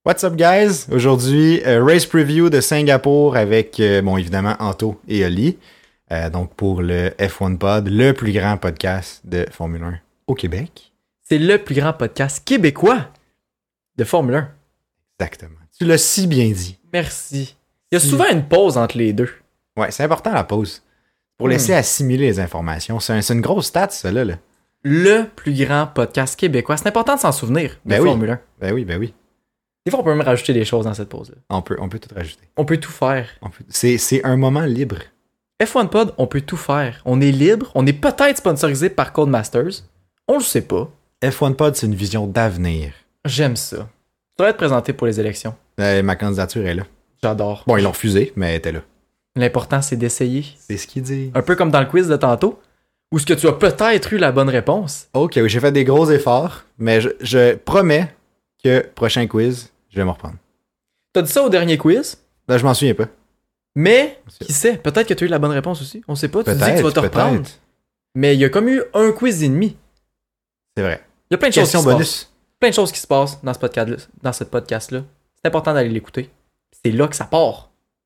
What's up, guys? Aujourd'hui, race preview de Singapour avec, évidemment, Anto et Oli. Donc, pour le F1 Pod, le plus grand podcast de Formule 1 au Québec. C'est le plus grand podcast québécois de Formule 1. Exactement. Tu l'as si bien dit. Merci. Il y a souvent une pause entre les deux. Ouais, c'est important la pause. Pour laisser assimiler les informations. C'est une grosse stat, ça, là. Le plus grand podcast québécois. C'est important de s'en souvenir de Formule 1. Ben oui. Des fois, on peut même rajouter des choses dans cette pause-là. On peut tout rajouter. On peut tout faire. C'est un moment libre. F1 Pod, on peut tout faire. On est libre. On est peut-être sponsorisé par Codemasters. On le sait pas. F1 Pod, c'est une vision d'avenir. J'aime ça. Ça va être présenté pour les élections. Ma candidature est là. J'adore. Bon, ils l'ont refusé, mais elle était là. L'important, c'est d'essayer. C'est ce qu'il dit. Un peu comme dans le quiz de tantôt, où est-ce que tu as peut-être eu la bonne réponse. Ok, oui, j'ai fait des gros efforts, mais je promets que prochain quiz, je vais me reprendre. T'as dit ça au dernier quiz, Là, je m'en souviens pas. mais qui sait, peut-être que tu as eu la bonne réponse aussi. On sait pas, tu dis que Peut-être, tu vas te reprendre. peut-être. Mais il y a comme eu un quiz et demi. C'est vrai. Il y a plein de choses qui Question se bonus. passent. Plein de choses qui se passent dans ce podcast-là. C'est important d'aller l'écouter. C'est là que ça part.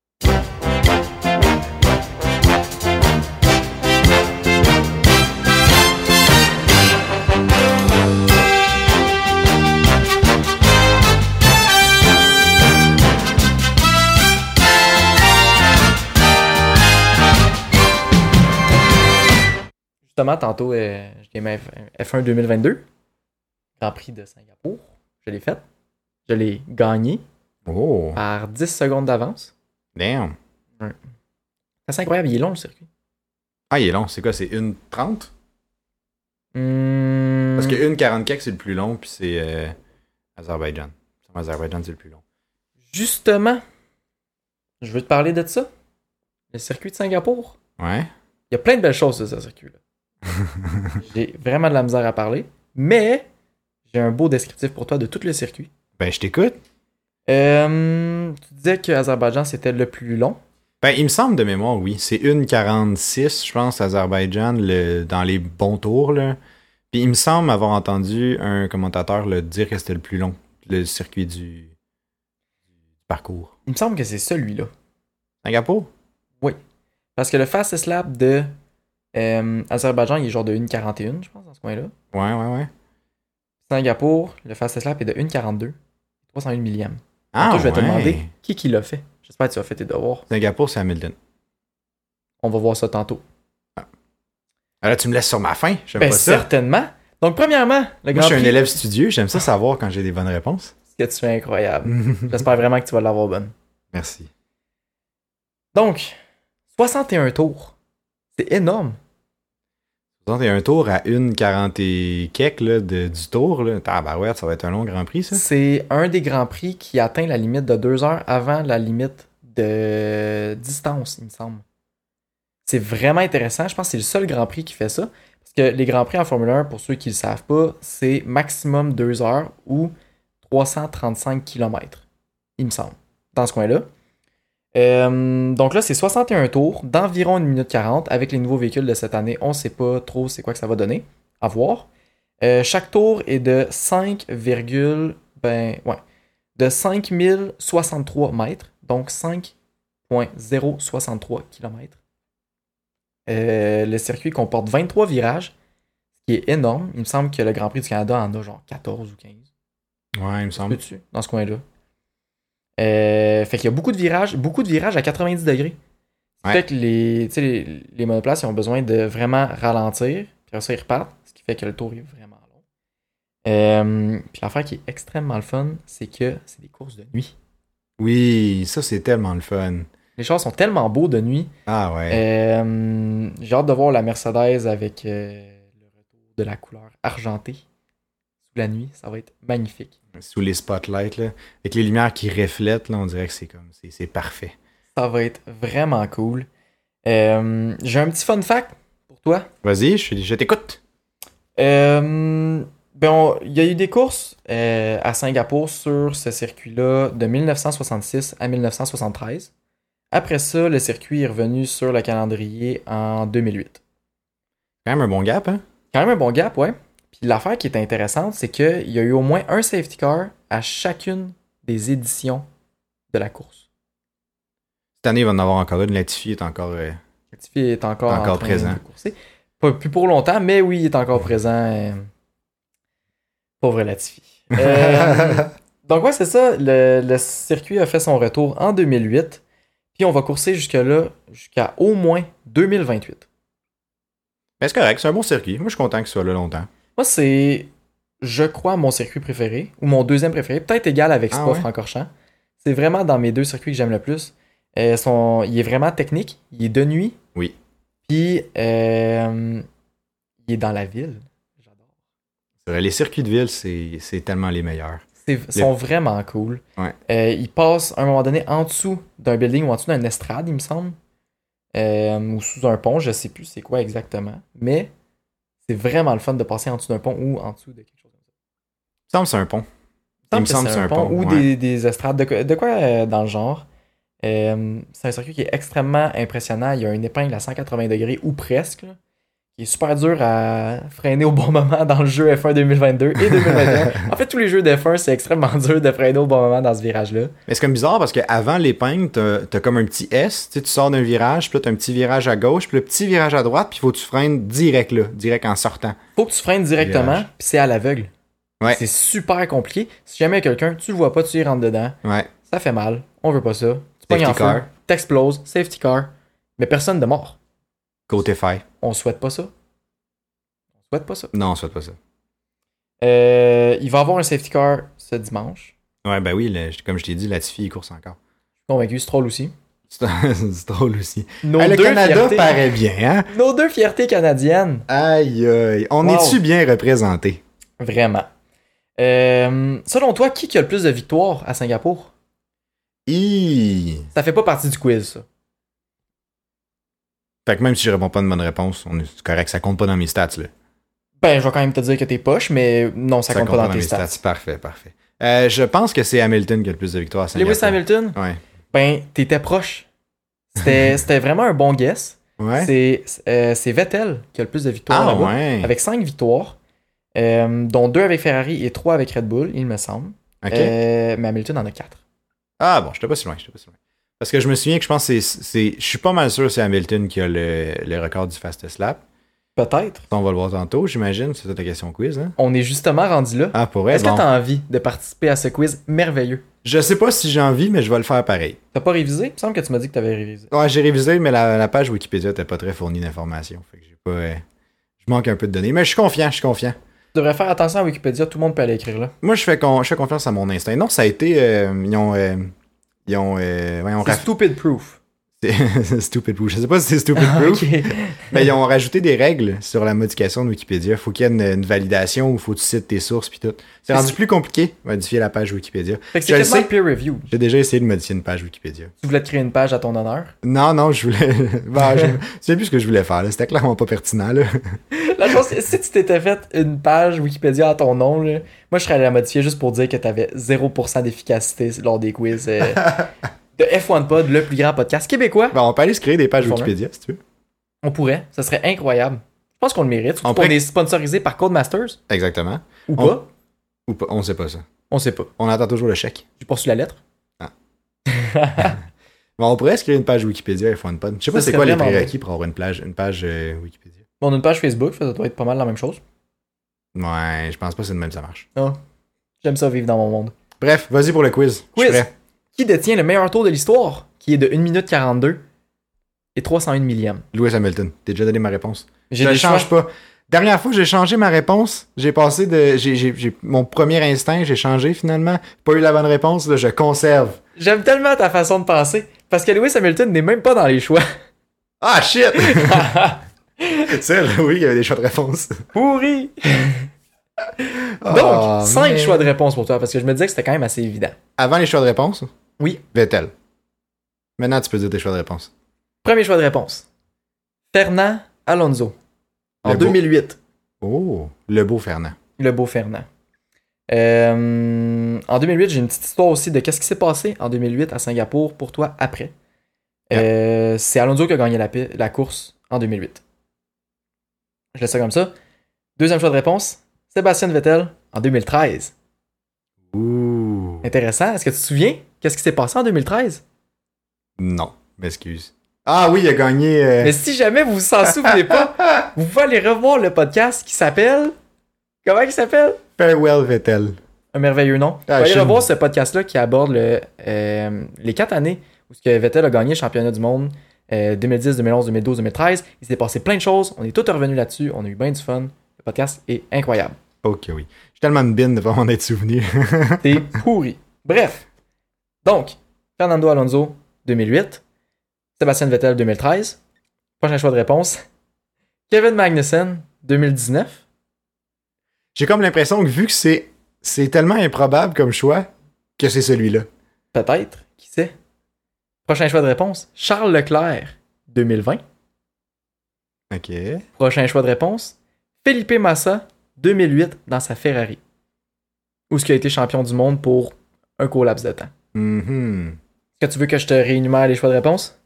Justement, tantôt, j'ai aimé F1 2022. Grand Prix de Singapour. Je l'ai fait. Je l'ai gagné Oh, par 10 secondes d'avance. damn. C'est incroyable, il est long le circuit. Ah, il est long. C'est quoi, c'est 1:30? Hmm. Parce que 1:40 quelque, c'est le plus long, puis c'est Azerbaïdjan. Azerbaïdjan, c'est le plus long. Justement, je veux te parler de ça. Le circuit de Singapour. Ouais. Il y a plein de belles choses sur ce circuit-là. J'ai vraiment de la misère à parler, mais j'ai un beau descriptif pour toi de tout le circuit. Ben, je t'écoute. Tu disais que Azerbaïdjan c'était le plus long. Ben, il me semble de mémoire, oui. C'est 1:46, je pense, Azerbaïdjan, dans les bons tours, là. Puis il me semble avoir entendu un commentateur le dire que c'était le plus long, le circuit du parcours. Il me semble que c'est celui-là. Singapour? Oui. Parce que le fastest lap de Azerbaïdjan, il est genre de 1:41, je pense, dans ce coin-là. Ouais. Singapour, le fastest lap est de 1:42. 301 millième. Ah, Toi, je vais te ouais. demander qui l'a fait. J'espère que tu as fait tes devoirs. Singapour, c'est Hamilton. On va voir ça tantôt. Ah, là, tu me laisses sur ma faim. J'aime Ben, pas ça. certainement. Donc, premièrement, le Moi, Grand je suis un Prix. élève studieux. J'aime ça savoir quand j'ai des bonnes réponses. Ce que tu fais incroyable. J'espère vraiment que tu vas l'avoir bonne. Merci. Donc, 61 tours. C'est énorme. 61 tours à 1:40 et quelques là, du tour. Là. Tabarouette, ça va être un long Grand Prix, ça. C'est un des Grands Prix qui atteint la limite de 2 heures avant la limite de distance, il me semble. C'est vraiment intéressant. Je pense que c'est le seul Grand Prix qui fait ça. Parce que les Grands Prix en Formule 1, pour ceux qui ne le savent pas, c'est maximum 2 heures ou 335 km, il me semble, dans ce coin-là. Donc là, c'est 61 tours d'environ 1 minute 40. Avec les nouveaux véhicules de cette année, on ne sait pas trop c'est quoi que ça va donner. À voir. Chaque tour est de 5063 mètres. Donc 5,063 km. Le circuit comporte 23 virages, ce qui est énorme. Il me semble que le Grand Prix du Canada en a genre 14 ou 15. Ouais, il me semble. Dessus, dans ce coin-là. Fait qu'il y a beaucoup de virages à 90 degrés. Ce qui fait que les monoplaces ils ont besoin de vraiment ralentir, puis après ça ils repartent, ce qui fait que le tour est vraiment long. Puis l'affaire qui est extrêmement le fun, c'est que c'est des courses de nuit. Oui, ça, c'est tellement le fun. Les chars sont tellement beaux de nuit. Ah ouais. J'ai hâte de voir la Mercedes avec le retour de la couleur argentée sous la nuit. Ça va être magnifique. Sous les spotlights, là. Avec les lumières qui reflètent, là, on dirait que c'est parfait. Ça va être vraiment cool. J'ai un petit fun fact pour toi. Vas-y, je t'écoute. Il y a eu des courses à Singapour sur ce circuit-là de 1966 à 1973. Après ça, le circuit est revenu sur le calendrier en 2008. Quand même un bon gap, hein? Quand même un bon gap, ouais. Puis l'affaire qui est intéressante, c'est qu'il y a eu au moins un safety car à chacune des éditions de la course. Cette année, il va en avoir encore une. Latifi est encore... Latifi est encore en train présent. de courser. Pas plus pour longtemps, mais oui, il est encore présent. Pauvre Latifi. Donc ouais, c'est ça. Le circuit a fait son retour en 2008. Puis on va courser jusque-là, jusqu'à au moins 2028. Mais c'est correct, c'est un bon circuit. Moi, je suis content qu'il soit là longtemps. Moi, c'est, je crois, mon circuit préféré, ou mon deuxième préféré, peut-être égal avec Spa-Francorchamps. C'est vraiment dans mes deux circuits que j'aime le plus. Il est vraiment technique, il est de nuit. Oui. Puis, il est dans la ville. J'adore. C'est vrai, les circuits de ville, c'est tellement les meilleurs. Ils sont vraiment cool. Ouais. Ils passent à un moment donné en dessous d'un building ou en dessous d'une estrade, il me semble. Ou sous un pont, je sais plus c'est quoi exactement. Mais c'est vraiment le fun de passer en dessous d'un pont ou en dessous de quelque chose comme ça. Il me semble que c'est un pont. Il me semble que c'est un pont. Ou ouais. des estrades. De quoi dans le genre. C'est un circuit qui est extrêmement impressionnant. Il y a une épingle à 180 degrés ou presque. Là, qui est super dur à freiner au bon moment dans le jeu F1 2022 et 2021. En fait, tous les jeux d'F1, c'est extrêmement dur de freiner au bon moment dans ce virage-là. Mais c'est comme bizarre parce qu'avant l'épingle, t'as comme un petit S, tu sors d'un virage, puis là t'as un petit virage à gauche, puis le petit virage à droite, puis il faut que tu freines direct là, direct en sortant. Faut que tu freines directement, puis c'est à l'aveugle. Ouais. C'est super compliqué. Si jamais quelqu'un, tu le vois pas, tu y rentres dedans. Ouais. Ça fait mal. On veut pas ça. Tu pognes en feu, t'exploses, safety car. Mais personne de mort. Côté faille. On souhaite pas ça. On souhaite pas ça. Non, on souhaite pas ça. Il va y avoir un safety car ce dimanche. Ouais, ben oui, comme je t'ai dit, Latifi, il course encore. Convaincu, Stroll aussi. C'est drôle aussi. Nos le deux Canada fiertés. paraît bien, hein? Nos deux fiertés canadiennes. Aïe, aïe. On Wow. est-tu bien représentés? Vraiment. Selon toi, qui a le plus de victoires à Singapour? Ça fait pas partie du quiz, ça. Fait que même si je réponds pas de bonne réponse, c'est correct, ça compte pas dans mes stats, là. Ben, je vais quand même te dire que t'es poche, mais non, ça compte pas dans tes stats. Parfait. Je pense que c'est Hamilton qui a le plus de victoires à Singapour. Lewis Hamilton? Ouais. Ben, t'étais proche. C'était vraiment un bon guess. Ouais. C'est Vettel qui a le plus de victoires là-bas, ouais. avec 5 victoires, dont 2 avec Ferrari et 3 avec Red Bull, il me semble. Ok. Mais Hamilton en a 4. Ah bon, j'étais pas si loin. Parce que je me souviens que je pense que je suis pas mal sûr que c'est Hamilton qui a le record du fastest lap. Peut-être. On va le voir tantôt, j'imagine. C'est ça ta question quiz, hein? On est justement rendu là. Ah, pour vrai? Est-ce que t'as envie de participer à ce quiz merveilleux? Je sais pas si j'ai envie, mais je vais le faire pareil. T'as pas révisé? Il me semble que tu m'as dit que t'avais révisé. Ouais, j'ai révisé, mais la page Wikipédia n'était pas très fournie d'informations. Fait que j'ai pas... je manque un peu de données, mais je suis confiant. Tu devrais faire attention à Wikipédia, tout le monde peut aller écrire là. Moi, je fais confiance à mon instinct. Non, ça a été... c'est stupid proof. C'est stupid proof. Je sais pas si c'est stupid proof. Okay. Mais ils ont rajouté des règles sur la modification de Wikipédia. Faut qu'il y ait une validation où faut que tu cites tes sources puis tout. C'est rendu plus compliqué de modifier la page Wikipédia. Fait que c'est quasiment peer review. J'ai déjà essayé de modifier une page Wikipédia. Tu voulais te créer une page à ton honneur? Non, je voulais... je sais plus ce que je voulais faire. Là. C'était clairement pas pertinent. Là. Là, je pense que si tu t'étais fait une page Wikipédia à ton nom, là, moi je serais allé la modifier juste pour dire que t'avais 0% d'efficacité lors des quiz. De F1 Pod, le plus grand podcast québécois. On peut aller se créer des pages Wikipédia, si tu veux. On pourrait. Ça serait incroyable. Je pense qu'on le mérite. On est sponsorisé par Codemasters. Exactement. Ou pas. On sait pas ça. On sait pas. On attend toujours le chèque. Tu poursuis la lettre. Ah. On pourrait se créer une page Wikipédia F1 Pod. Je sais pas c'est quoi les prérequis pour avoir une page Wikipédia. On a une page Facebook, ça doit être pas mal la même chose. Ouais, je pense pas que c'est de même ça marche. Ah. J'aime ça vivre dans mon monde. Bref, vas-y pour le quiz. Je suis prêt. Qui détient le meilleur tour de l'histoire, qui est de 1 minute 42 et 301 millième? Lewis Hamilton. T'as déjà donné ma réponse. Je change pas. Dernière fois, j'ai changé ma réponse. J'ai passé de... J'ai mon premier instinct, j'ai changé finalement. Pas eu la bonne réponse, là, je conserve. J'aime tellement ta façon de penser. Parce que Lewis Hamilton n'est même pas dans les choix. Ah, shit! C'est là, oui, il y avait des choix de réponse. Pourri! Donc, 5 choix de réponse pour toi, parce que je me disais que c'était quand même assez évident. Avant les choix de réponse? Oui. Vettel. Maintenant, tu peux dire tes choix de réponse. Premier choix de réponse. Fernand Alonso. En 2008. Oh, le beau Fernand. Le beau Fernand. En 2008, j'ai une petite histoire aussi de qu'est-ce qui s'est passé en 2008 à Singapour pour toi après. C'est Alonso qui a gagné la course en 2008. Je laisse ça comme ça. Deuxième choix de réponse. Sébastien Vettel en 2013. Ouh. Intéressant. Est-ce que tu te souviens qu'est-ce qui s'est passé en 2013? Non, m'excuse. Ah oui, il a gagné... Mais si jamais vous vous en souvenez pas, vous pouvez aller revoir le podcast qui s'appelle... Comment il s'appelle? Farewell Vettel. Un merveilleux nom. Vous pouvez aller revoir ce podcast-là qui aborde les 4 années où ce que Vettel a gagné le championnat du monde 2010, 2011, 2012, 2013. Il s'est passé plein de choses. On est tous revenus là-dessus. On a eu bien du fun. Le podcast est incroyable. Ok, oui. J'ai tellement de bine de pas m'en être souvenu. T'es pourri. Bref. Donc, Fernando Alonso, 2008. Sébastien Vettel, 2013. Prochain choix de réponse. Kevin Magnussen, 2019. J'ai comme l'impression que vu que c'est tellement improbable comme choix, que c'est celui-là. Peut-être. Qui sait? Prochain choix de réponse. Charles Leclerc, 2020. Ok. Prochain choix de réponse. Felipe Massa, 2008, dans sa Ferrari. Où ce qui a été champion du monde pour un court laps de temps. Mhm. Est-ce que tu veux que je te réénumère les choix de réponse?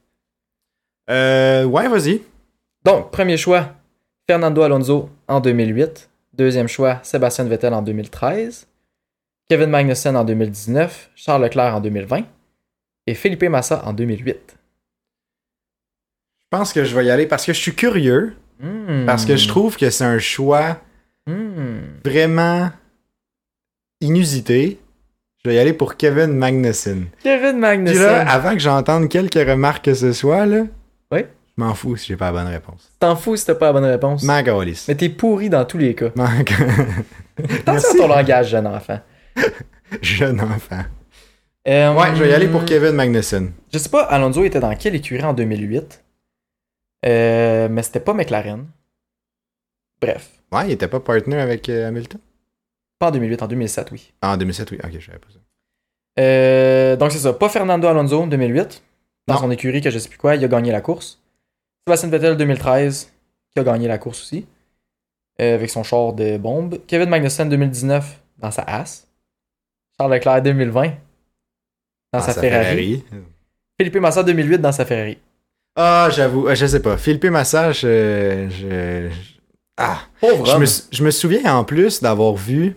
Ouais, vas-y. Donc, premier choix, Fernando Alonso en 2008. Deuxième choix, Sébastien Vettel en 2013. Kevin Magnussen en 2019. Charles Leclerc en 2020. Et Felipe Massa en 2008. Je pense que je vais y aller parce que je suis curieux. Parce que je trouve que c'est un choix vraiment inusité. Je vais y aller pour Kevin Magnussen. Kevin Magnussen. Puis là, avant que j'entende quelques remarques que ce soit, là, oui? Je m'en fous si j'ai pas la bonne réponse. T'en fous si t'as pas la bonne réponse. Magalis. Mais t'es pourri dans tous les cas. Attention Merci. à ton langage, jeune enfant. Jeune enfant. Ouais, je vais y aller pour Kevin Magnussen. Je sais pas, Alonso était dans quelle écurie en 2008? Mais c'était pas McLaren. Bref. Ouais, il était pas partner avec Hamilton? Pas en 2008, en 2007, oui. Ah, en 2007, oui. Ok, je savais pas ça. Donc c'est ça, pas Fernando Alonso en 2008. Dans Non. son écurie que je sais plus quoi, il a gagné la course. Sébastien Vettel 2013, qui a gagné la course aussi. Avec son char de bombe. Kevin Magnussen 2019 dans sa Haas. Charles Leclerc 2020 dans sa Ferrari. Felipe Massa 2008 dans sa Ferrari. Ah, j'avoue, je sais pas. Felipe Massa, Pauvre homme. je me souviens en plus d'avoir vu,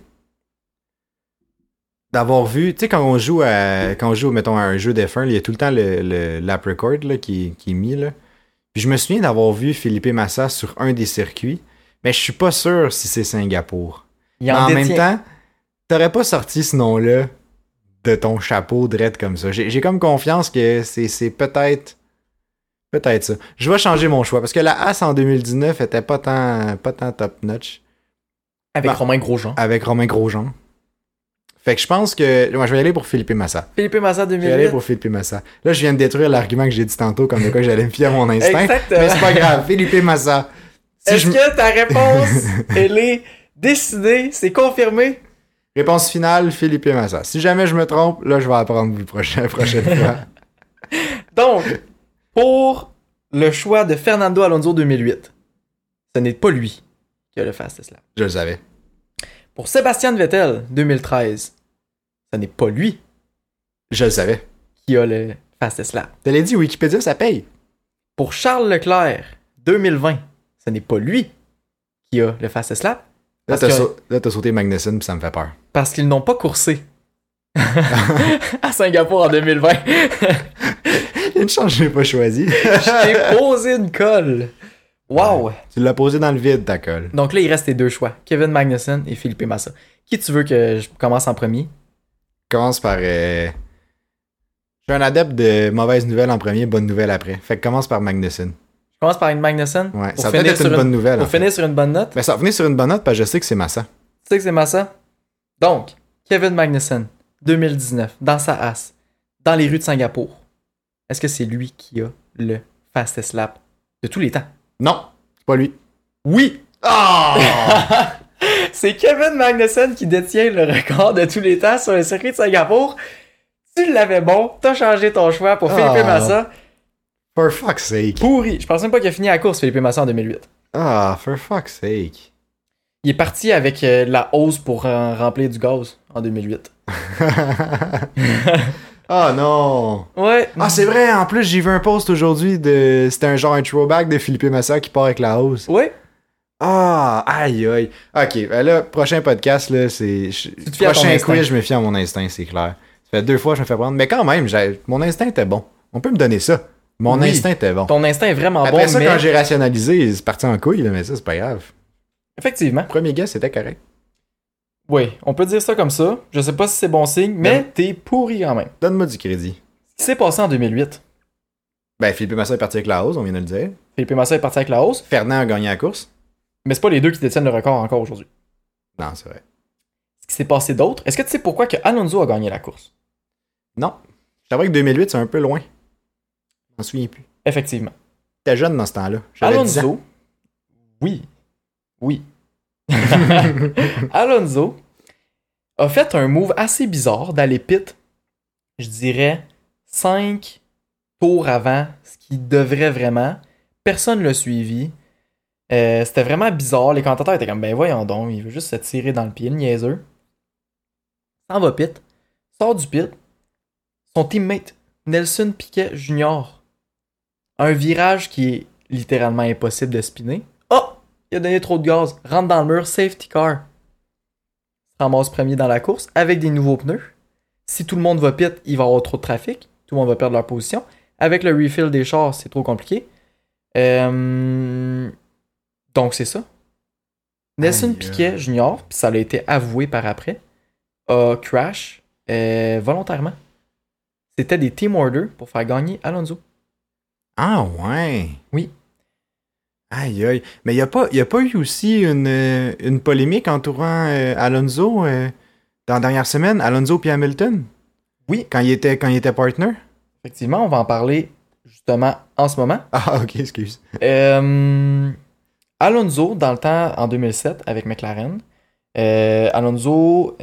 tu sais, quand on joue, mettons, à un jeu F1, il y a tout le temps le lap record là, qui est mis, là. Puis je me souviens d'avoir vu Felipe Massa sur un des circuits, mais je suis pas sûr si c'est Singapour. Il Mais en détient. même temps, t'aurais pas sorti ce nom-là de ton chapeau drette comme ça. J'ai comme confiance que c'est peut-être ça. Je vais changer mon choix, parce que la Haas en 2019 était pas tant top-notch. Avec Bah. Romain Grosjean. Avec Romain Grosjean. Fait que je pense que... Moi, je vais y aller pour Felipe Massa. Felipe Massa Je vais y aller 2008. pour Felipe Massa. Là, je viens de détruire l'argument que j'ai dit tantôt, comme de quoi j'allais me fier à mon instinct. Exactement. Mais c'est pas grave. Felipe Massa. Si Est-ce que ta réponse, elle est décidée? C'est confirmé? Réponse finale, Felipe Massa. Si jamais je me trompe, là, je vais apprendre la prochaine fois. Donc, pour le choix de Fernando Alonso 2008, ce n'est pas lui qui a le fastest lap. Je le savais. Pour Sébastien Vettel 2013, ce n'est pas lui Je le savais. qui a le fastest lap. T'as dit, Wikipédia, ça paye. Pour Charles Leclerc 2020, ce n'est pas lui qui a le fastest lap. Là, Parce t'as sauté Magnussen, puis ça me fait peur. Parce qu'ils n'ont pas coursé à Singapour en 2020. Il y a une chance que je l'ai pas choisi. Je t'ai posé une colle. Wow! Tu l'as posé dans le vide, ta colle. Donc là, il reste tes deux choix. Kevin Magnussen et Felipe Massa. Qui tu veux que je commence en premier? Commence par... Je suis un adepte de mauvaises nouvelles en premier, bonnes nouvelles après. Fait que commence par Magnussen. Je commence par une Magnussen. Ouais, pour ça va finir peut-être être sur une bonne nouvelle. Pour en fait. finir sur une bonne note. Mais ça va venir sur une bonne note parce que je sais que c'est Massa. Tu sais que c'est Massa? Donc, Kevin Magnussen, 2019, dans sa Haas, dans les rues de Singapour. Est-ce que c'est lui qui a le fastest lap de tous les temps? Non, c'est pas lui. Oui! Oh! C'est Kevin Magnussen qui détient le record de tous les temps sur le circuit de Singapour. Tu l'avais bon, t'as changé ton choix pour Felipe Ah. Massa. For fuck's sake. Pourri. Je pense même pas qu'il a fini la course, Felipe Massa, en 2008. Ah, for fuck's sake. Il est parti avec la hausse pour remplir du gaz en 2008. Ah non. Ouais. Ah, c'est vrai, en plus, j'ai vu un post aujourd'hui de... C'était un throwback de Felipe Massa qui part avec la hausse. Ouais. Ah, aïe aïe. Ok, ben là, prochain podcast, là, c'est... te fies à ton Prochain instinct. quiz, je me fie à mon instinct, c'est clair. Ça fait 2 fois que je me fais prendre. Mais quand même, mon instinct était bon. On peut me donner ça. Mon Oui. instinct était bon. Ton instinct est vraiment Après bon, ça, mais... quand j'ai rationalisé, c'est parti en couille, là, mais ça, c'est pas grave. Effectivement. Premier gars, c'était correct. Oui, on peut dire ça comme ça. Je sais pas si c'est bon signe, mais t'es pourri quand même. Donne-moi du crédit. Ce qui s'est passé en 2008. Ben, Philippe Massa est parti avec la hausse, on vient de le dire. Felipe Massa est parti avec la hausse, Fernand a gagné la course. mais c'est pas les deux qui détiennent le record encore aujourd'hui. Non, c'est vrai. Ce qui s'est passé d'autre, est-ce que tu sais pourquoi que Alonso a gagné la course? Non. C'est vrai que 2008, c'est un peu loin. Je m'en souviens plus. Effectivement. T'étais jeune dans ce temps-là. J'avais 10 ans. Alonso, oui. Alonso a fait un move assez bizarre d'aller pit, je dirais, 5 tours avant ce qui devrait vraiment. Personne ne l'a suivi. C'était vraiment bizarre. Les commentateurs étaient comme, ben voyons donc, il veut juste se tirer dans le pied, le niaiseux. S'en va pit, sort du pit. Son teammate, Nelson Piquet Jr., un virage qui est littéralement impossible de spinner. Oh! Il a donné trop de gaz. Rentre dans le mur, safety car. Se ramasse premier dans la course avec des nouveaux pneus. Si tout le monde va pit, il va y avoir trop de trafic. Tout le monde va perdre leur position. Avec le refill des chars, c'est trop compliqué. Donc c'est ça. Nelson Piquet Jr., puis ça a été avoué par après, a crash volontairement. C'était des team orders pour faire gagner Alonso. Ah ouais. Oui. Aïe aïe. Mais il y a pas eu aussi une polémique entourant Alonso dans la dernière semaine, Alonso puis Hamilton? Oui. Quand il était partner? Effectivement, on va en parler justement en ce moment. Ah ok, excuse. Alonso, dans le temps, en 2007, avec McLaren, Alonso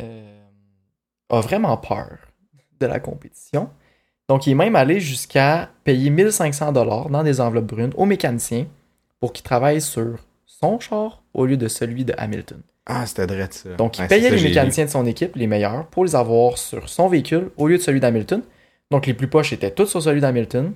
a vraiment peur de la compétition. Donc, il est même allé jusqu'à payer 1500$ dans des enveloppes brunes aux mécaniciens pour qu'ils travaillent sur son char au lieu de celui de Hamilton. Ah, c'était drôle ça. Donc, il payait les mécaniciens de son équipe, les meilleurs, pour les avoir sur son véhicule au lieu de celui d'Hamilton. Donc, les plus poches étaient tous sur celui d'Hamilton.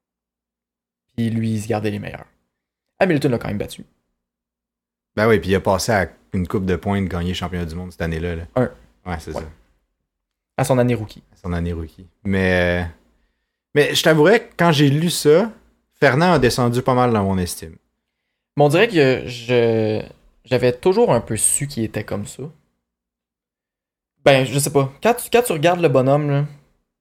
Puis lui, il se gardait les meilleurs. Hamilton l'a quand même battu. Ben oui, puis il a passé à une coupe de points de gagner championnat du monde cette année-là. Là. Ouais, c'est ça. À son année rookie. À son année rookie. Mais je t'avouerais que quand j'ai lu ça, Fernand a descendu pas mal dans mon estime. Mais on dirait que j'avais toujours un peu su qu'il était comme ça. Ben, je sais pas. Quand tu regardes le bonhomme, là,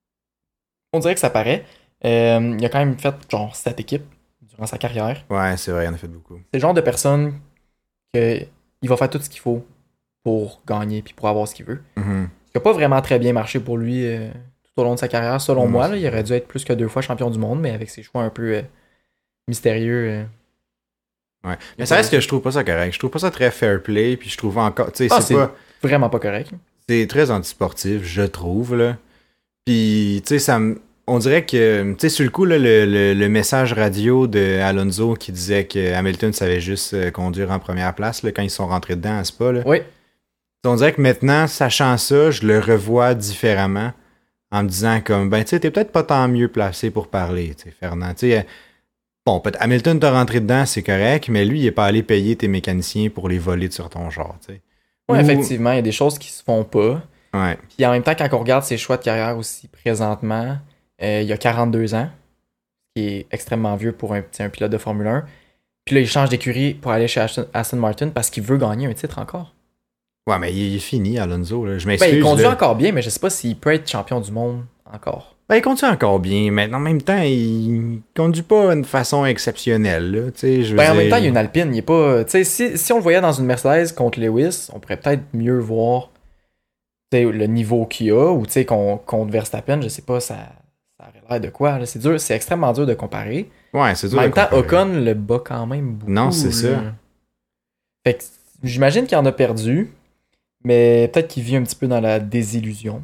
on dirait que ça paraît. Il a quand même fait genre 7 équipes durant sa carrière. Ouais, c'est vrai, il en a fait beaucoup. C'est le genre de personne que il va faire tout ce qu'il faut pour gagner puis pour avoir ce qu'il veut. Mm-hmm. Ce qui n'a pas vraiment très bien marché pour lui tout au long de sa carrière, selon moi. Là, il aurait dû être plus que 2 fois champion du monde, mais avec ses choix un peu mystérieux. Ouais. Mais ça reste que je trouve pas ça correct. Je trouve pas ça très fair play, puis je trouve encore... Tu sais, c'est pas... vraiment pas correct. C'est très antisportif, je trouve, là. Puis, tu sais, ça me... On dirait que, tu sais, sur le coup, là, le message radio de Alonso qui disait que Hamilton savait juste conduire en première place là, quand ils sont rentrés dedans à Spa. Là. Oui. On dirait que maintenant, sachant ça, je le revois différemment en me disant comme, ben, tu sais, t'es peut-être pas tant mieux placé pour parler, tu sais, Fernand. Tu sais, bon, peut-être Hamilton t'a rentré dedans, c'est correct, mais lui, il est pas allé payer tes mécaniciens pour les voler sur ton char, tu sais. Oui, effectivement, il y a des choses qui se font pas. Ouais. Puis en même temps, quand on regarde ses choix de carrière aussi présentement, il a 42 ans, qui est extrêmement vieux pour un pilote de Formule 1. Puis là, il change d'écurie pour aller chez Aston Martin parce qu'il veut gagner un titre encore. Ouais, mais il est fini, Alonso. Là. Je m'excuse. Ben, il conduit là. encore bien, mais je sais pas s'il peut être champion du monde encore. Ben, il conduit encore bien, mais en même temps, il conduit pas d'une façon exceptionnelle. Là. En même temps, il y a une Alpine. Il est pas. Si on le voyait dans une Mercedes contre Lewis, on pourrait peut-être mieux voir le niveau qu'il a, ou contre Verstappen, je sais pas, ça aurait l'air de quoi. Là. C'est dur, c'est extrêmement dur de comparer. Ouais, c'est dur. En même temps, Ocon le bat quand même beaucoup. Non, c'est ça. Fait que j'imagine qu'il en a perdu, mais peut-être qu'il vit un petit peu dans la désillusion.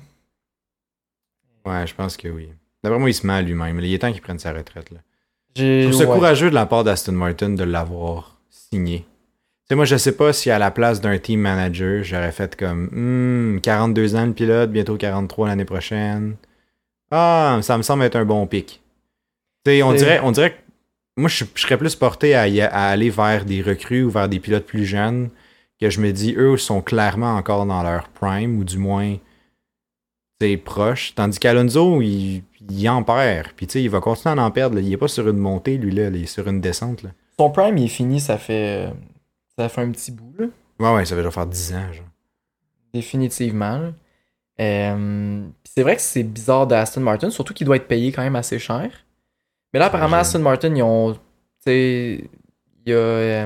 Ouais, je pense que oui. D'après moi, il se met à lui-même. Il est temps qu'il prenne sa retraite. Là. Je trouve ça courageux de la part d'Aston Martin de l'avoir signé. Tu sais, moi, je sais pas si à la place d'un team manager, j'aurais fait comme 42 ans le pilote, bientôt 43 l'année prochaine. Ah, ça me semble être un bon pic. Tu sais, on dirait que moi, je serais plus porté à aller vers des recrues ou vers des pilotes plus jeunes, que je me dis, eux sont clairement encore dans leur prime, ou du moins, c'est proche. Tandis qu'Alonso, il en perd. Puis tu sais, il va continuer à en perdre. Là. Il est pas sur une montée, lui, là. Il est sur une descente. Là. Son prime, il est fini, ça fait un petit bout, là. Ouais, ça va déjà faire 10 ans, genre. Définitivement. Là. Puis c'est vrai que c'est bizarre d'Aston Martin, surtout qu'il doit être payé quand même assez cher. Mais là, apparemment, Aston Martin, ils ont. Tu sais, il y a.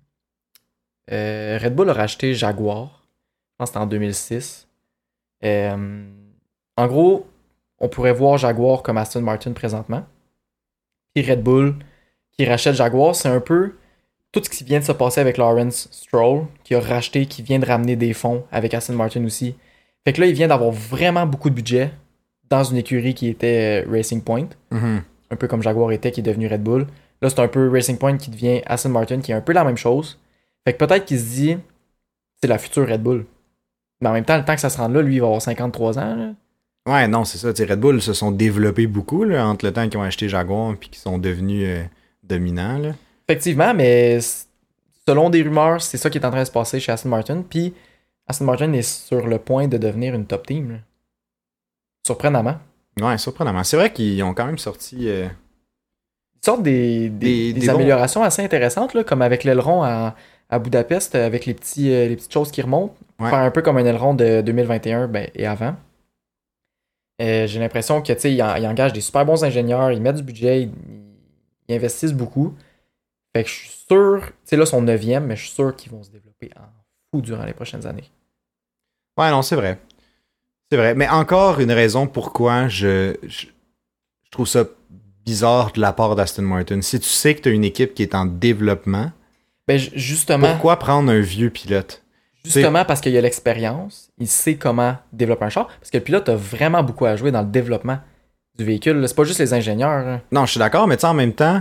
Red Bull a racheté Jaguar. Je pense que c'était en 2006. En gros, on pourrait voir Jaguar comme Aston Martin présentement. Puis Red Bull qui rachète Jaguar, c'est un peu tout ce qui vient de se passer avec Lawrence Stroll, qui a racheté, qui vient de ramener des fonds avec Aston Martin aussi. Fait que là, il vient d'avoir vraiment beaucoup de budget dans une écurie qui était Racing Point. Mm-hmm. Un peu comme Jaguar était, qui est devenu Red Bull. Là, c'est un peu Racing Point qui devient Aston Martin, qui est un peu la même chose. Fait que peut-être qu'il se dit, c'est la future Red Bull. Mais en même temps, le temps que ça se rende là, lui, il va avoir 53 ans. Là. Ouais, non, c'est ça. T'sais, Red Bull se sont développés beaucoup là, entre le temps qu'ils ont acheté Jaguar et qu'ils sont devenus dominants. Là. Effectivement, mais selon des rumeurs, c'est ça qui est en train de se passer chez Aston Martin. Puis Aston Martin est sur le point de devenir une top team. Là. Surprenamment. Ouais, surprenamment. C'est vrai qu'ils ont quand même sorti... Ils sortent des améliorations assez intéressantes, là, comme avec l'aileron à Budapest, avec les petites choses qui remontent. Ouais. Faire un peu comme un aileron de 2021 et avant. J'ai l'impression que ils engagent des super bons ingénieurs, ils mettent du budget, ils investissent beaucoup. Fait que je suis sûr, tu sais là, ils sont 9e, mais je suis sûr qu'ils vont se développer en fou durant les prochaines années. Ouais, non, c'est vrai. C'est vrai. Mais encore une raison pourquoi je trouve ça bizarre de la part d'Aston Martin. Si tu sais que tu as une équipe qui est en développement, ben justement. Pourquoi prendre un vieux pilote? Justement parce qu'il a l'expérience, il sait comment développer un char, parce que le pilote a vraiment beaucoup à jouer dans le développement du véhicule. C'est pas juste les ingénieurs. Hein. Non, je suis d'accord, mais en même temps,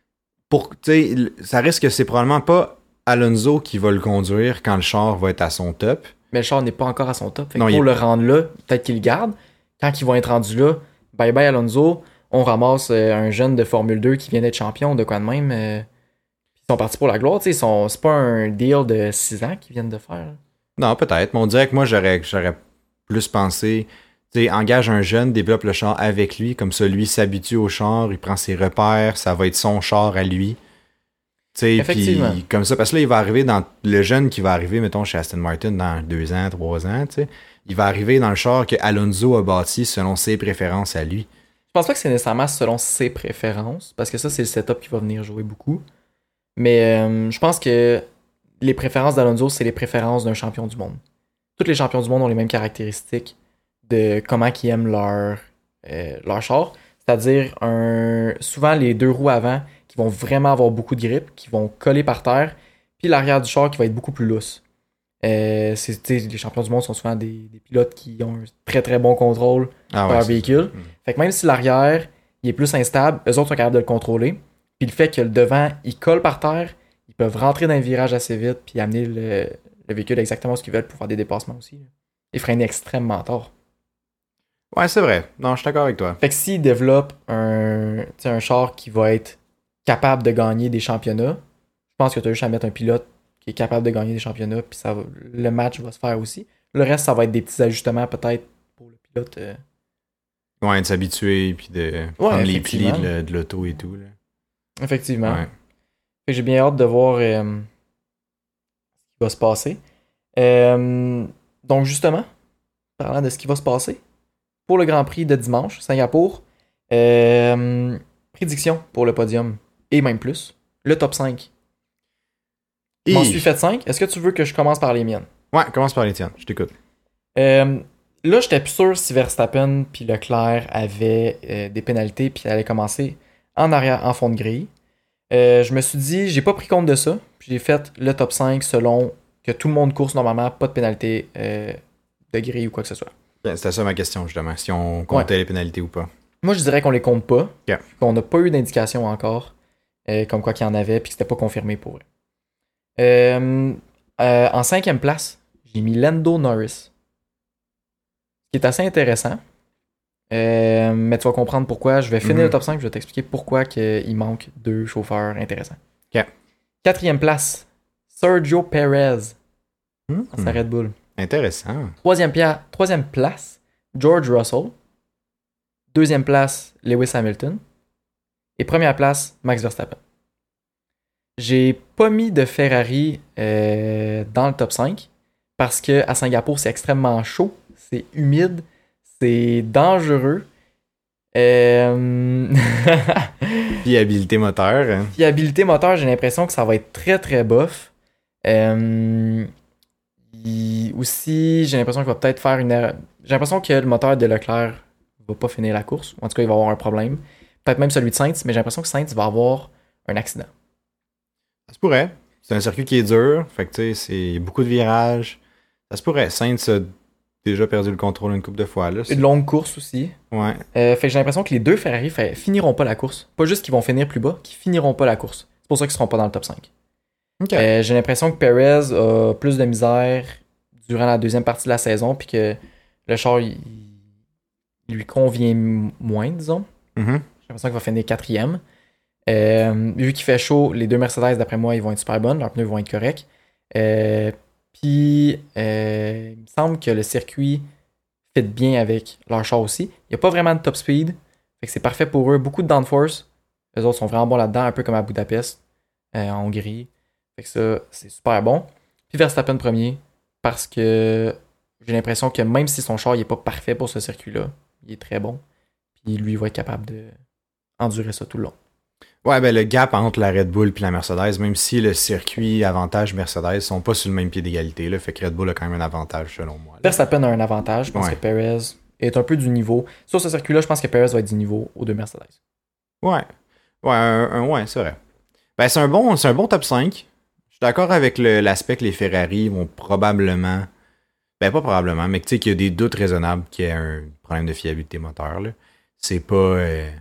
ça risque que c'est probablement pas Alonso qui va le conduire quand le char va être à son top. Mais le char n'est pas encore à son top. Fait non, pour le rendre là, peut-être qu'il le garde. Quand ils vont être rendus là, bye bye Alonso, on ramasse un jeune de Formule 2 qui vient d'être champion, de quoi de même. Ils sont partis pour la gloire. C'est pas un deal de 6 ans qu'ils viennent de faire. Non, peut-être. Mais on dirait que moi, j'aurais plus pensé... engage un jeune, développe le char avec lui, comme ça, lui s'habitue au char, il prend ses repères, ça va être son char à lui. Effectivement. Puis comme ça, parce que là, il va arriver dans le jeune qui va arriver, mettons, chez Aston Martin dans 2 ans, 3 ans, il va arriver dans le char que Alonso a bâti selon ses préférences à lui. Je pense pas que c'est nécessairement selon ses préférences, parce que ça, c'est le setup qui va venir jouer beaucoup. Mais je pense que les préférences d'Alonso, c'est les préférences d'un champion du monde. Tous les champions du monde ont les mêmes caractéristiques de comment ils aiment leur char. C'est-à-dire souvent les 2 roues avant qui vont vraiment avoir beaucoup de grip, qui vont coller par terre, puis l'arrière du char qui va être beaucoup plus lousse. Les champions du monde sont souvent des pilotes qui ont un très très bon contrôle de leur véhicule. Fait que même si l'arrière il est plus instable, eux autres sont capables de le contrôler. Puis le fait que le devant il colle par terre, ils peuvent rentrer dans le virage assez vite puis amener le véhicule exactement ce qu'ils veulent pour faire des dépassements aussi. Et freiner extrêmement tard. Ouais, c'est vrai. Non, je suis d'accord avec toi. Fait que s'ils développent un char qui va être capable de gagner des championnats, je pense que tu as juste à mettre un pilote qui est capable de gagner des championnats, puis le match va se faire aussi. Le reste, ça va être des petits ajustements peut-être pour le pilote. Ouais, de s'habituer, puis de prendre les plis de l'auto et tout. Là. Effectivement. Ouais. Fait que j'ai bien hâte de voir ce qui va se passer. Donc justement, parlant de ce qui va se passer, pour le Grand Prix de dimanche, Singapour, prédiction pour le podium, et même plus, le top 5. Je m'en suis fait 5. Est-ce que tu veux que je commence par les miennes? Ouais, commence par les tiennes, je t'écoute. Là, j'étais plus sûr si Verstappen puis Leclerc avaient des pénalités puis allaient commencer en arrière, en fond de grille. Je me suis dit, j'ai pas pris compte de ça. Puis j'ai fait le top 5 selon que tout le monde course normalement, pas de pénalité de grille ou quoi que ce soit. C'était ça ma question, justement, si on comptait les pénalités ou pas. Moi, je dirais qu'on les compte pas. Yeah. Qu'on n'a pas eu d'indication encore, comme quoi qu'il y en avait, puis que c'était pas confirmé pour eux. En 5e place, j'ai mis Lando Norris. Ce qui est assez intéressant. Mais tu vas comprendre pourquoi. Je vais finir le top 5, je vais t'expliquer pourquoi il manque 2 chauffeurs intéressants. Okay. 4e place, Sergio Perez. Dans sa Red Bull. Intéressant. 3e place, George Russell. Deuxième place, Lewis Hamilton. Et première place, Max Verstappen. J'ai pas mis de Ferrari dans le top 5 parce que à Singapour, c'est extrêmement chaud, c'est humide, c'est dangereux. Fiabilité moteur. Fiabilité moteur, j'ai l'impression que ça va être très très bof. Aussi, j'ai l'impression qu'il va peut-être faire une erreur. J'ai l'impression que le moteur de Leclerc va pas finir la course. En tout cas, il va avoir un problème. Peut-être même celui de Sainz, mais j'ai l'impression que Sainz va avoir un accident. Ça se pourrait. C'est un circuit qui est dur. Fait que tu sais, c'est beaucoup de virages. Ça se pourrait. Sainz a déjà perdu le contrôle une couple de fois. Là. Une longue course aussi. Ouais. Fait que j'ai l'impression que les deux Ferrari finiront pas la course. Pas juste qu'ils vont finir plus bas, qu'ils finiront pas la course. C'est pour ça qu'ils seront pas dans le top 5. Okay. J'ai l'impression que Perez a plus de misère durant la deuxième partie de la saison, puis que le char il lui convient moins, disons. Mm-hmm. J'ai l'impression qu'il va finir quatrième. Vu qu'il fait chaud, les deux Mercedes, d'après moi, ils vont être super bonnes. Leurs pneus vont être corrects. Puis, il me semble que le circuit fit bien avec leur char aussi. Il n'y a pas vraiment de top speed. Fait que c'est parfait pour eux. Beaucoup de downforce. Les autres sont vraiment bons là-dedans, un peu comme à Budapest, en Hongrie. Fait que ça, c'est super bon. Puis Verstappen premier, parce que j'ai l'impression que même si son char n'est pas parfait pour ce circuit-là, il est très bon. Puis lui, il va être capable de endurer ça tout le long. Ouais, ben le gap entre la Red Bull et la Mercedes, même si le circuit avantage Mercedes sont pas sur le même pied d'égalité, là, fait que Red Bull a quand même un avantage selon moi. Là. Verstappen a un avantage, je pense Ouais. que Perez est un peu du niveau. Sur ce circuit-là, je pense que Perez va être du niveau aux deux Mercedes. Ouais. Ouais, c'est vrai. Ben c'est un bon top 5. Je suis d'accord avec l'aspect que les Ferrari vont probablement. Ben pas probablement, mais tu sais qu'il y a des doutes raisonnables qu'il y ait un problème de fiabilité moteur. Là. C'est pas.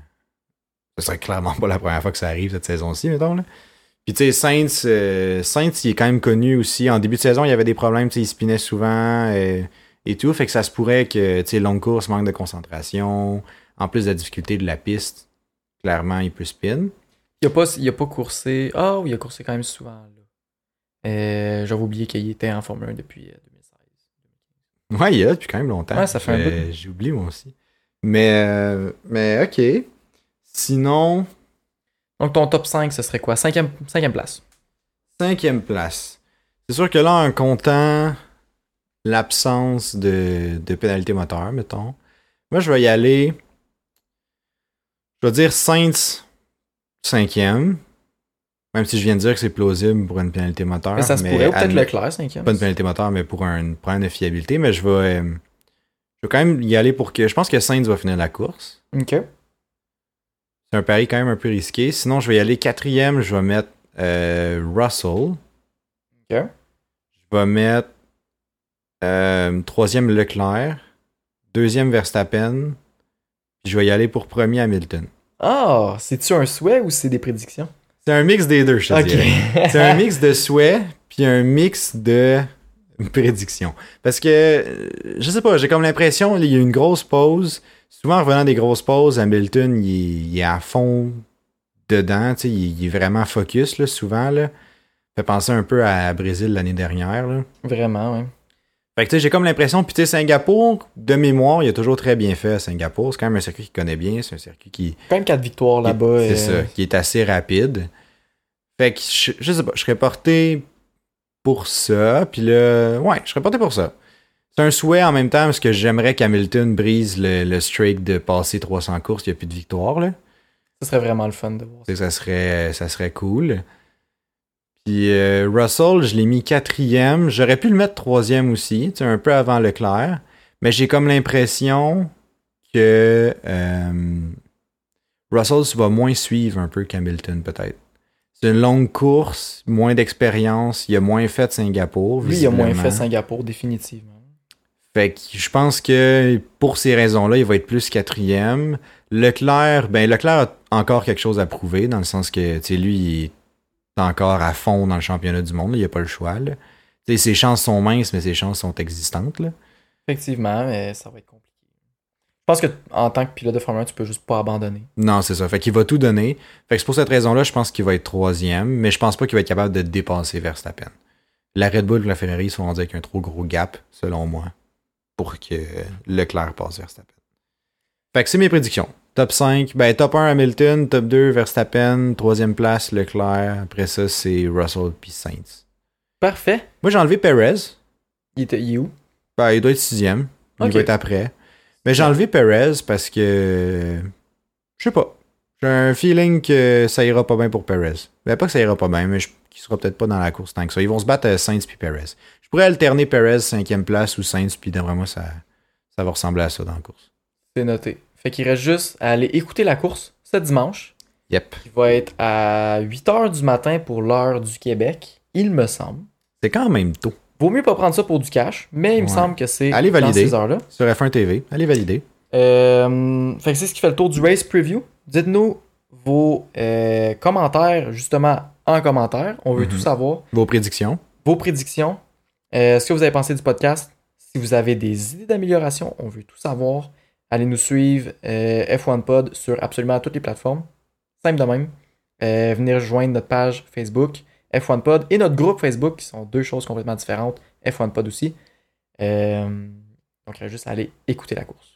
Ce serait clairement pas la première fois que ça arrive cette saison-ci, mettons. Là. Puis tu sais, Sainz, il est quand même connu aussi. En début de saison, il y avait des problèmes, tu sais, il spinait souvent et tout. Fait que ça se pourrait que, tu sais, longue course, manque de concentration, en plus de la difficulté de la piste, clairement, il peut spin. Il a pas coursé. Ah oui, il a coursé quand même souvent. J'avais oublié qu'il était en Formule 1 depuis 2016. Ouais, il y a depuis quand même longtemps. Ouais, ça fait un bout. J'ai oublié moi aussi. Mais ok. Sinon, Donc ton top 5, ce serait quoi? Cinquième place. 5e place. C'est sûr que là, en comptant l'absence de pénalité moteur, mettons, moi, je vais y aller. Je vais dire Sainz 5e. Même si je viens de dire que c'est plausible pour une pénalité moteur. Mais ça se pourrait, ou peut-être Leclerc 5e. Pas une pénalité moteur, mais pour un problème de fiabilité. Mais je vais quand même y aller pour que. Je pense que Sainz va finir la course. Ok. C'est un pari quand même un peu risqué. Sinon, je vais y aller 4e. Je vais mettre Russell. Ok. Je vais mettre 3e Leclerc. 2e Verstappen. Puis je vais y aller pour premier Hamilton. Ah, c'est-tu un souhait ou c'est des prédictions? C'est un mix des deux, je te dirais. C'est un mix de souhaits puis un mix de prédictions. Parce que, je sais pas, j'ai comme l'impression il y a une grosse pause. Souvent, en revenant des grosses pauses, Hamilton, il est à fond dedans. Il est vraiment focus, là, souvent. Là. Fait penser un peu à Brésil l'année dernière. Là. Vraiment, ouais. Fait que tu sais, j'ai comme l'impression, puis tu sais, Singapour, de mémoire, il a toujours très bien fait à Singapour. C'est quand même un circuit qu'il connaît bien. C'est un circuit qui... Quand même 4 victoires là-bas. C'est ça, qui est assez rapide. Fait que, je sais pas, je serais porté pour ça. Puis là, ouais, je serais porté pour ça. C'est un souhait en même temps, parce que j'aimerais qu'Hamilton brise le streak de passer 300 courses, il n'y a plus de victoire, là. Ça serait vraiment le fun de voir ça. Ça serait cool. Puis Russell, je l'ai mis 4e. J'aurais pu le mettre 3e aussi, tu sais, un peu avant Leclerc. Mais j'ai comme l'impression que Russell va moins suivre un peu qu'Hamilton, peut-être. C'est une longue course, moins d'expérience. Il a moins fait Singapour. Lui, il a moins fait Singapour, définitivement. Fait que je pense que pour ces raisons-là, il va être plus 4e. Leclerc a encore quelque chose à prouver, dans le sens que, tu sais, lui, il est encore à fond dans le championnat du monde. Là, il n'y a pas le choix. Là. Ses chances sont minces, mais ses chances sont existantes. Là. Effectivement, mais ça va être compliqué. Je pense qu'en tant que pilote de Formule 1, tu peux juste pas abandonner. Non, c'est ça. Fait qu'il va tout donner. Fait que c'est pour cette raison-là, je pense qu'il va être 3e, mais je pense pas qu'il va être capable de dépasser Verstappen. La Red Bull et la Ferrari sont rendus avec un trop gros gap, selon moi. pour que Leclerc passe Verstappen. Fait que c'est mes prédictions. Top 5, top 1 Hamilton, top 2 Verstappen, troisième place Leclerc, après ça c'est Russell puis Sainz. Parfait. Moi j'ai enlevé Perez. Il est où? Il doit être sixième. Il Ok. va être après. Mais j'ai enlevé Perez parce que... Je sais pas. J'ai un feeling que ça ira pas bien pour Perez. Pas que ça ira pas bien, mais qu'il sera peut-être pas dans la course tant que ça. Ils vont se battre Sainz puis Perez. Je pourrais alterner Perez 5e place ou Sainz, puis d'après moi, ça va ressembler à ça dans la course. C'est noté. Fait qu'il reste juste à aller écouter la course ce dimanche. Yep. Qui va être à 8h du matin pour l'heure du Québec, il me semble. C'est quand même tôt. Vaut mieux pas prendre ça pour du cash, mais il me semble que c'est allez dans valider ces heures-là. Sur F1 TV. Allez valider. Fait que c'est ce qui fait le tour du race preview. Dites-nous vos commentaires, justement, en commentaire. On veut tout savoir. Vos prédictions. Vos prédictions. Ce que vous avez pensé du podcast. Si vous avez des idées d'amélioration, on veut tout savoir. Allez nous suivre F1 Pod sur absolument toutes les plateformes. Simple de même. Venir rejoindre notre page Facebook F1 Pod et notre groupe Facebook qui sont deux choses complètement différentes. F1 Pod aussi. Donc, il reste juste à aller écouter la course.